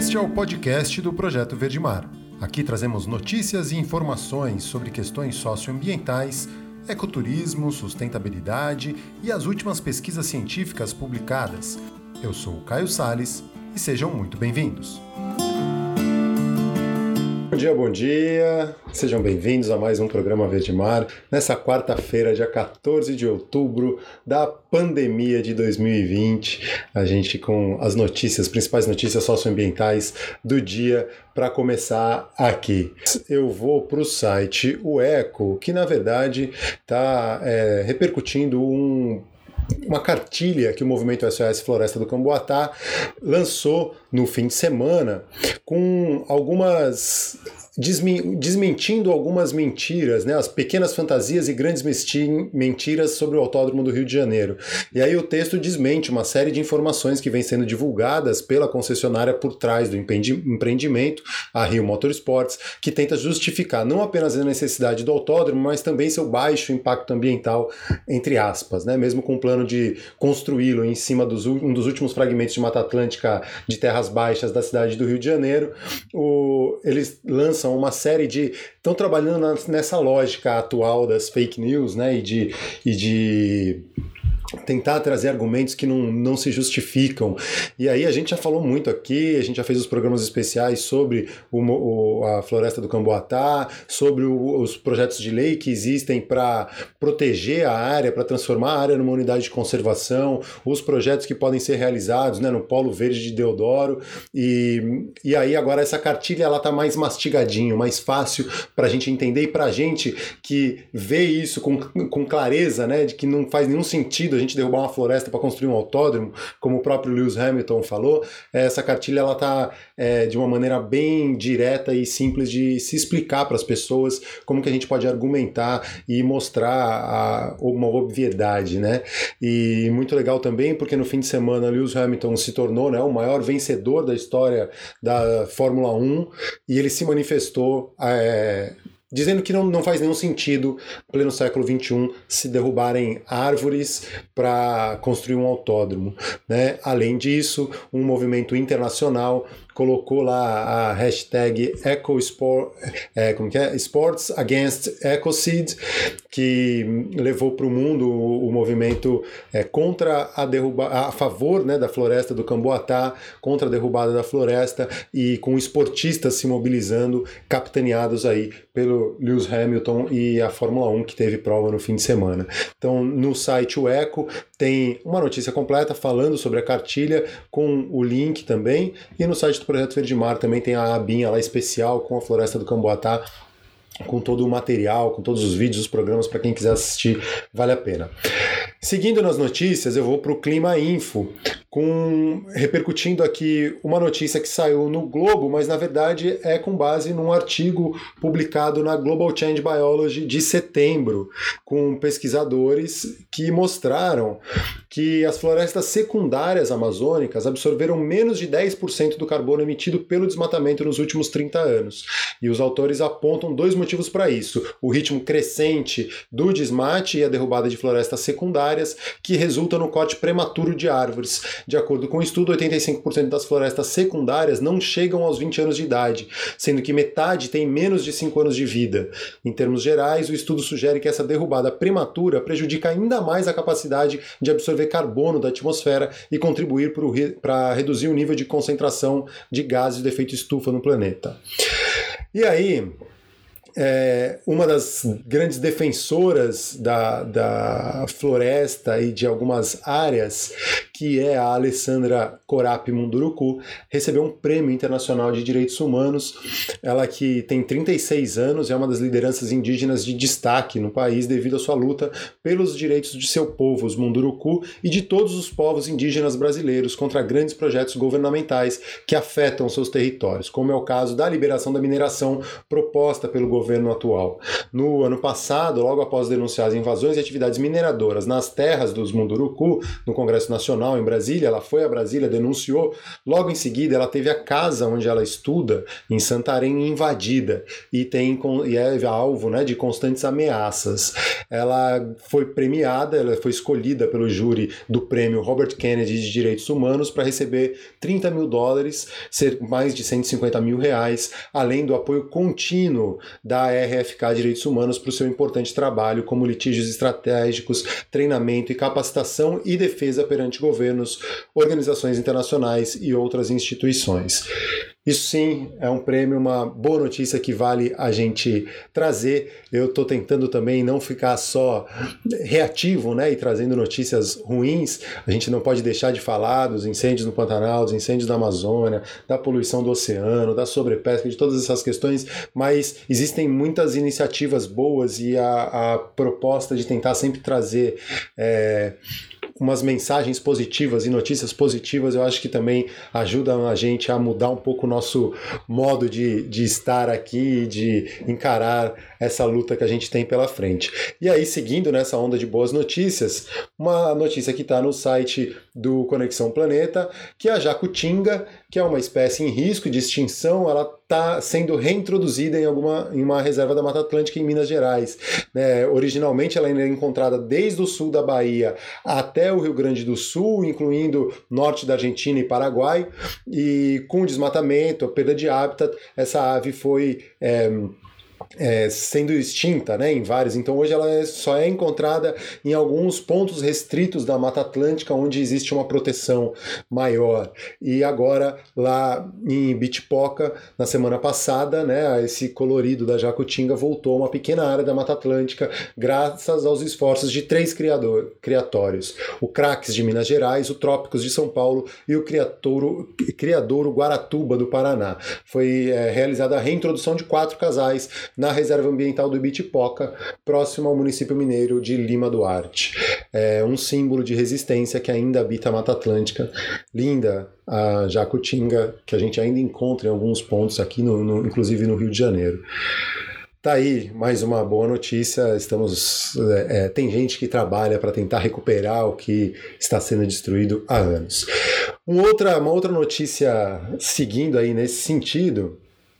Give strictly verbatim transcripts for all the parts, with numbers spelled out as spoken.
Este é o podcast do Projeto Verde Mar. Aqui trazemos notícias e informações sobre questões socioambientais, ecoturismo, sustentabilidade e as últimas pesquisas científicas publicadas. Eu sou o Caio Salles e sejam muito bem-vindos. Bom dia, bom dia! Sejam bem-vindos a mais um programa Verde Mar, nessa quarta-feira, dia quatorze de outubro da pandemia de dois mil e vinte. A gente com as notícias, principais notícias socioambientais do dia para começar aqui. Eu vou para o site O Eco, que na verdade está é, repercutindo um uma cartilha que o movimento S O S Floresta do Camboatá lançou no fim de semana com algumas desmentindo algumas mentiras, né, as pequenas fantasias e grandes mentiras sobre o Autódromo do Rio de Janeiro. E aí o texto desmente uma série de informações que vêm sendo divulgadas pela concessionária por trás do empreendimento, a Rio Motorsports, que tenta justificar não apenas a necessidade do autódromo, mas também seu baixo impacto ambiental, entre aspas, né, mesmo com o plano de construí-lo em cima dos um dos últimos fragmentos de Mata Atlântica de terras baixas da cidade do Rio de Janeiro. O, eles lançam uma série de... estão trabalhando na, nessa lógica atual das fake news, né, e de, e de tentar trazer argumentos que não, não se justificam. E aí a gente já falou muito aqui, a gente já fez os programas especiais sobre o, o, a Floresta do Camboatá, sobre o, os projetos de lei que existem para proteger a área, para transformar a área numa unidade de conservação, os projetos que podem ser realizados, né, no Polo Verde de Deodoro. E, e aí agora essa cartilha ela está mais mastigadinho, mais fácil para a gente entender, e para a gente que vê isso com, com clareza, né, de que não faz nenhum sentido a gente derrubar uma floresta para construir um autódromo, como o próprio Lewis Hamilton falou. Essa cartilha ela está é, de uma maneira bem direta e simples de se explicar para as pessoas como que a gente pode argumentar e mostrar a, uma obviedade, né? E muito legal também porque no fim de semana Lewis Hamilton se tornou, né, o maior vencedor da história da Fórmula um e ele se manifestou é, dizendo que não, não faz nenhum sentido, em pleno século vinte e um, se derrubarem árvores para construir um autódromo, né? Além disso, um movimento internacional colocou lá a hashtag EcoSport, é, como que é? Sports Against Ecocide, que levou para o mundo o, o movimento é, contra a derruba, a favor, né, da floresta do Camboatá, contra a derrubada da floresta, e com esportistas se mobilizando, capitaneados aí pelo Lewis Hamilton e a Fórmula um, que teve prova no fim de semana. Então, no site O Eco tem uma notícia completa falando sobre a cartilha, com o link também, e no site do Projeto Verde Mar também tem a abinha lá especial com a Floresta do Camboatá, com todo o material, com todos os vídeos, os programas, para quem quiser assistir, vale a pena. Seguindo nas notícias, eu vou para o Clima Info, com, repercutindo aqui uma notícia que saiu no Globo, mas na verdade é com base num artigo publicado na Global Change Biology de setembro, com pesquisadores que mostraram que as florestas secundárias amazônicas absorveram menos de dez por cento do carbono emitido pelo desmatamento nos últimos trinta anos. E os autores apontam dois motivos para isso: o ritmo crescente do desmate e a derrubada de florestas secundárias, que resulta no corte prematuro de árvores. De acordo com o estudo, oitenta e cinco por cento das florestas secundárias não chegam aos vinte anos de idade, sendo que metade tem menos de cinco anos de vida. Em termos gerais, o estudo sugere que essa derrubada prematura prejudica ainda mais a capacidade de absorver carbono da atmosfera e contribuir para reduzir o nível de concentração de gases de efeito estufa no planeta. E aí, É, uma das grandes defensoras da, da floresta e de algumas áreas, que é a Alessandra Corapi Munduruku, recebeu um prêmio internacional de direitos humanos. Ela que tem trinta e seis anos, é uma das lideranças indígenas de destaque no país devido à sua luta pelos direitos de seu povo, os Munduruku, e de todos os povos indígenas brasileiros contra grandes projetos governamentais que afetam seus territórios, como é o caso da liberação da mineração proposta pelo governo governo atual. No ano passado, logo após denunciar as invasões e atividades mineradoras nas terras dos Munduruku, no Congresso Nacional em Brasília, ela foi a Brasília, denunciou. Logo em seguida, ela teve a casa onde ela estuda, em Santarém, invadida e, tem, e é alvo, né, de constantes ameaças. Ela foi premiada, ela foi escolhida pelo júri do prêmio Robert Kennedy de Direitos Humanos para receber trinta mil dólares, ser mais de cento e cinquenta mil reais, além do apoio contínuo da R F K Direitos Humanos para o seu importante trabalho como litígios estratégicos, treinamento e capacitação e defesa perante governos, organizações internacionais e outras instituições. Isso sim é um prêmio, uma boa notícia que vale a gente trazer. Eu estou tentando também não ficar só reativo, né, e trazendo notícias ruins. A gente não pode deixar de falar dos incêndios no Pantanal, dos incêndios da Amazônia, da poluição do oceano, da sobrepesca, de todas essas questões, mas existem muitas iniciativas boas e a, a proposta de tentar sempre trazer é, umas mensagens positivas e notícias positivas, eu acho que também ajudam a gente a mudar um pouco o nosso modo de, de estar aqui, de encarar essa luta que a gente tem pela frente. E aí, seguindo nessa onda de boas notícias, uma notícia que está no site do Conexão Planeta, que é a jacutinga, que é uma espécie em risco de extinção, ela está sendo reintroduzida em, alguma, em uma reserva da Mata Atlântica em Minas Gerais. É, originalmente ela é encontrada desde o sul da Bahia até o Rio Grande do Sul, incluindo norte da Argentina e Paraguai, e com o desmatamento, a perda de hábitat, essa ave foi É, É, sendo extinta, né, em vários. Então hoje ela é, só é encontrada em alguns pontos restritos da Mata Atlântica onde existe uma proteção maior. E agora lá em Bitipoca, na semana passada, né, esse colorido da jacutinga voltou a uma pequena área da Mata Atlântica graças aos esforços de três criador, criatórios. O Craques de Minas Gerais, o Trópicos de São Paulo e o Criadouro, Criadouro Guaratuba do Paraná. Foi é, realizada a reintrodução de quatro casais na Reserva Ambiental do Ibitipoca, próximo ao município mineiro de Lima Duarte. É um símbolo de resistência que ainda habita a Mata Atlântica. Linda a jacutinga, que a gente ainda encontra em alguns pontos aqui, no, no, inclusive no Rio de Janeiro. Tá aí, mais uma boa notícia. Estamos, é, tem gente que trabalha para tentar recuperar o que está sendo destruído há anos. Um outra, uma outra notícia seguindo aí nesse sentido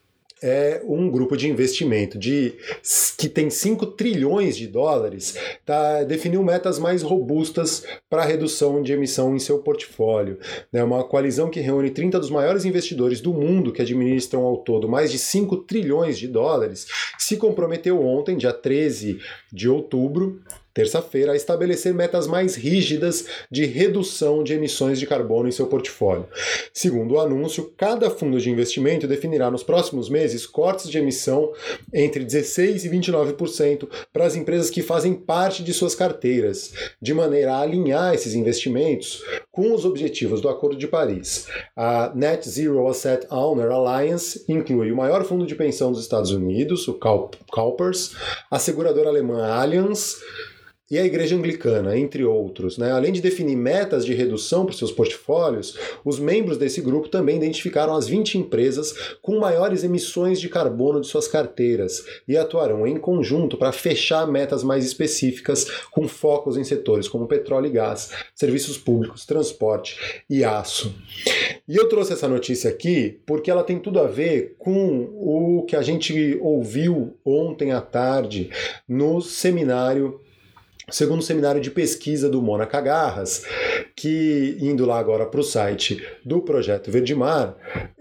é um grupo de investimento de, que tem cinco trilhões de dólares, tá, definiu metas mais robustas para a redução de emissão em seu portfólio. É uma coalizão que reúne trinta dos maiores investidores do mundo, que administram ao todo mais de cinco trilhões de dólares, se comprometeu ontem, dia treze de outubro, terça-feira, a estabelecer metas mais rígidas de redução de emissões de carbono em seu portfólio. Segundo o anúncio, cada fundo de investimento definirá nos próximos meses cortes de emissão entre dezesseis por cento e vinte e nove por cento para as empresas que fazem parte de suas carteiras, de maneira a alinhar esses investimentos com os objetivos do Acordo de Paris. A Net Zero Asset Owner Alliance inclui o maior fundo de pensão dos Estados Unidos, o CalPERS, a seguradora alemã Allianz, e a Igreja Anglicana, entre outros. Né? Além de definir metas de redução para os seus portfólios, os membros desse grupo também identificaram as vinte empresas com maiores emissões de carbono de suas carteiras e atuarão em conjunto para fechar metas mais específicas com focos em setores como petróleo e gás, serviços públicos, transporte e aço. E eu trouxe essa notícia aqui porque ela tem tudo a ver com o que a gente ouviu ontem à tarde no seminário segundo o seminário de pesquisa do Mônaco Garras, que, indo lá agora para o site do Projeto Verdemar,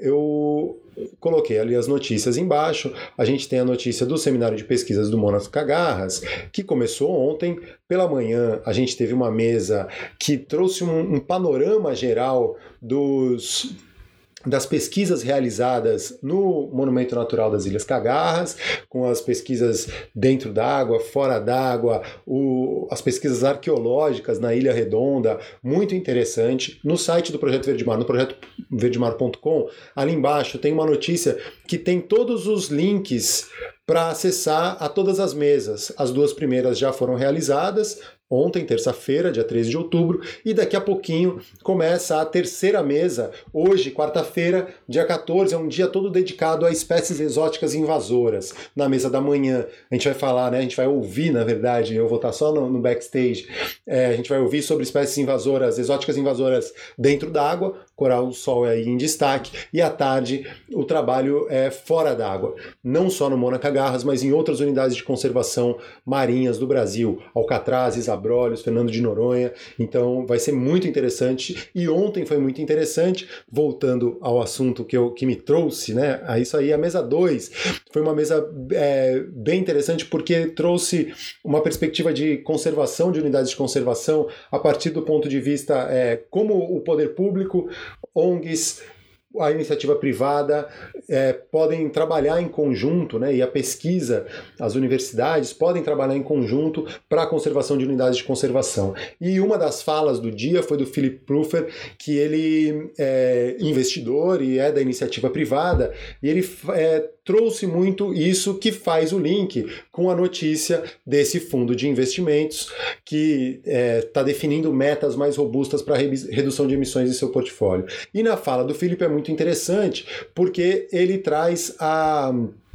eu coloquei ali as notícias embaixo. A gente tem a notícia do seminário de pesquisas do Mônaco Garras, que começou ontem. Pela manhã, a gente teve uma mesa que trouxe um, um panorama geral dos... das pesquisas realizadas no Monumento Natural das Ilhas Cagarras, com as pesquisas dentro d'água, fora d'água, as pesquisas arqueológicas na Ilha Redonda, muito interessante. No site do Projeto Verdemar, no projeto verdemar ponto com, ali embaixo tem uma notícia que tem todos os links para acessar a todas as mesas. As duas primeiras já foram realizadas, ontem, terça-feira, dia treze de outubro, e daqui a pouquinho começa a terceira mesa, hoje, quarta-feira, dia quatorze, é um dia todo dedicado a espécies exóticas invasoras, na mesa da manhã. A gente vai falar, né, a gente vai ouvir, na verdade, eu vou estar só no, no backstage, é, a gente vai ouvir sobre espécies invasoras, exóticas invasoras dentro d'água, coral-sol é aí em destaque, e à tarde o trabalho é fora d'água, não só no Mônaco-Agarras, mas em outras unidades de conservação marinhas do Brasil, Alcatrazes, Abrolhos, Fernando de Noronha, então vai ser muito interessante, e ontem foi muito interessante, voltando ao assunto que, eu, que me trouxe, né, a isso aí, a mesa dois, foi uma mesa é, bem interessante porque trouxe uma perspectiva de conservação, de unidades de conservação, a partir do ponto de vista é, como o poder público, O N Gs, a iniciativa privada é, podem trabalhar em conjunto, né, e a pesquisa, as universidades podem trabalhar em conjunto para a conservação de unidades de conservação. E uma das falas do dia foi do Philip Prufer, que ele é investidor e é da iniciativa privada, e ele é, trouxe muito isso que faz o link com a notícia desse fundo de investimentos que está é, definindo metas mais robustas para a redução de emissões em seu portfólio. E na fala do Philip é muito interessante, porque ele traz a...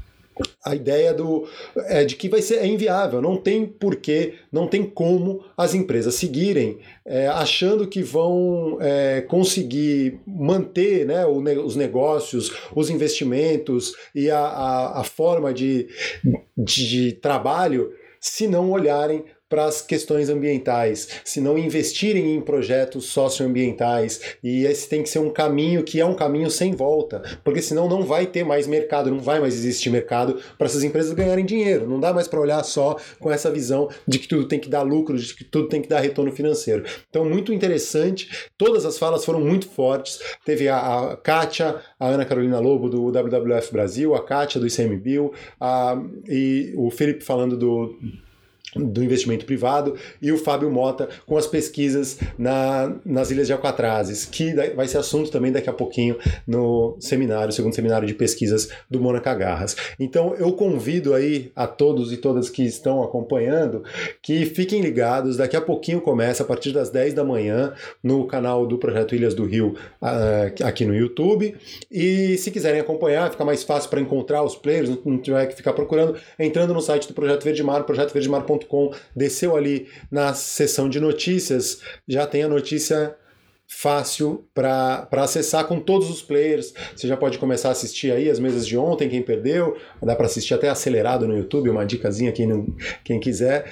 a ideia do, é, de que vai ser, é inviável, não tem porquê, não tem como as empresas seguirem é, achando que vão é, conseguir manter, né, o, os negócios, os investimentos e a, a, a forma de, de, de trabalho se não olharem para as questões ambientais, se não investirem em projetos socioambientais, e esse tem que ser um caminho que é um caminho sem volta, porque senão não vai ter mais mercado, não vai mais existir mercado para essas empresas ganharem dinheiro, não dá mais para olhar só com essa visão de que tudo tem que dar lucro, de que tudo tem que dar retorno financeiro. Então, muito interessante, todas as falas foram muito fortes, teve a, a Kátia, a Ana Carolina Lobo do W W F Brasil, a Kátia do I C M B I L, a, e o Felipe falando do do investimento privado, e o Fábio Mota com as pesquisas na, nas Ilhas de Alcatrazes, que vai ser assunto também daqui a pouquinho no seminário, segundo seminário de pesquisas do Mônaco-Agarras. Então eu convido aí a todos e todas que estão acompanhando que fiquem ligados, daqui a pouquinho começa, a partir das dez da manhã, no canal do Projeto Ilhas do Rio, aqui no YouTube, e se quiserem acompanhar, fica mais fácil para encontrar os players, não tiver que ficar procurando, entrando no site do Projeto Verde Mar, projeto verde mar ponto com, desceu ali na seção de notícias, já tem a notícia fácil para acessar com todos os players. Você já pode começar a assistir aí as mesas de ontem, quem perdeu, dá para assistir até acelerado no YouTube, uma dicasinha quem, não, quem quiser,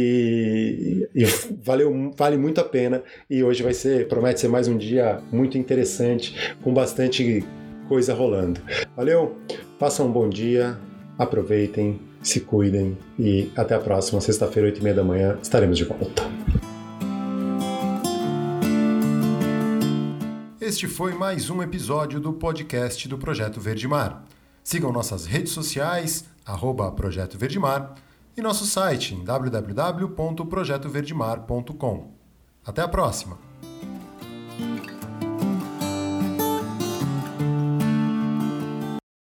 e, e valeu, vale muito a pena, e hoje vai ser, promete ser mais um dia muito interessante, com bastante coisa rolando. Valeu, façam um bom dia, aproveitem, se cuidem e até a próxima sexta-feira, oito e meia da manhã, estaremos de volta. Este foi mais um episódio do podcast do Projeto Verde Mar. Sigam nossas redes sociais, arroba Projeto Verde Mar, e nosso site em w w w ponto projeto verde mar ponto com. Até a próxima!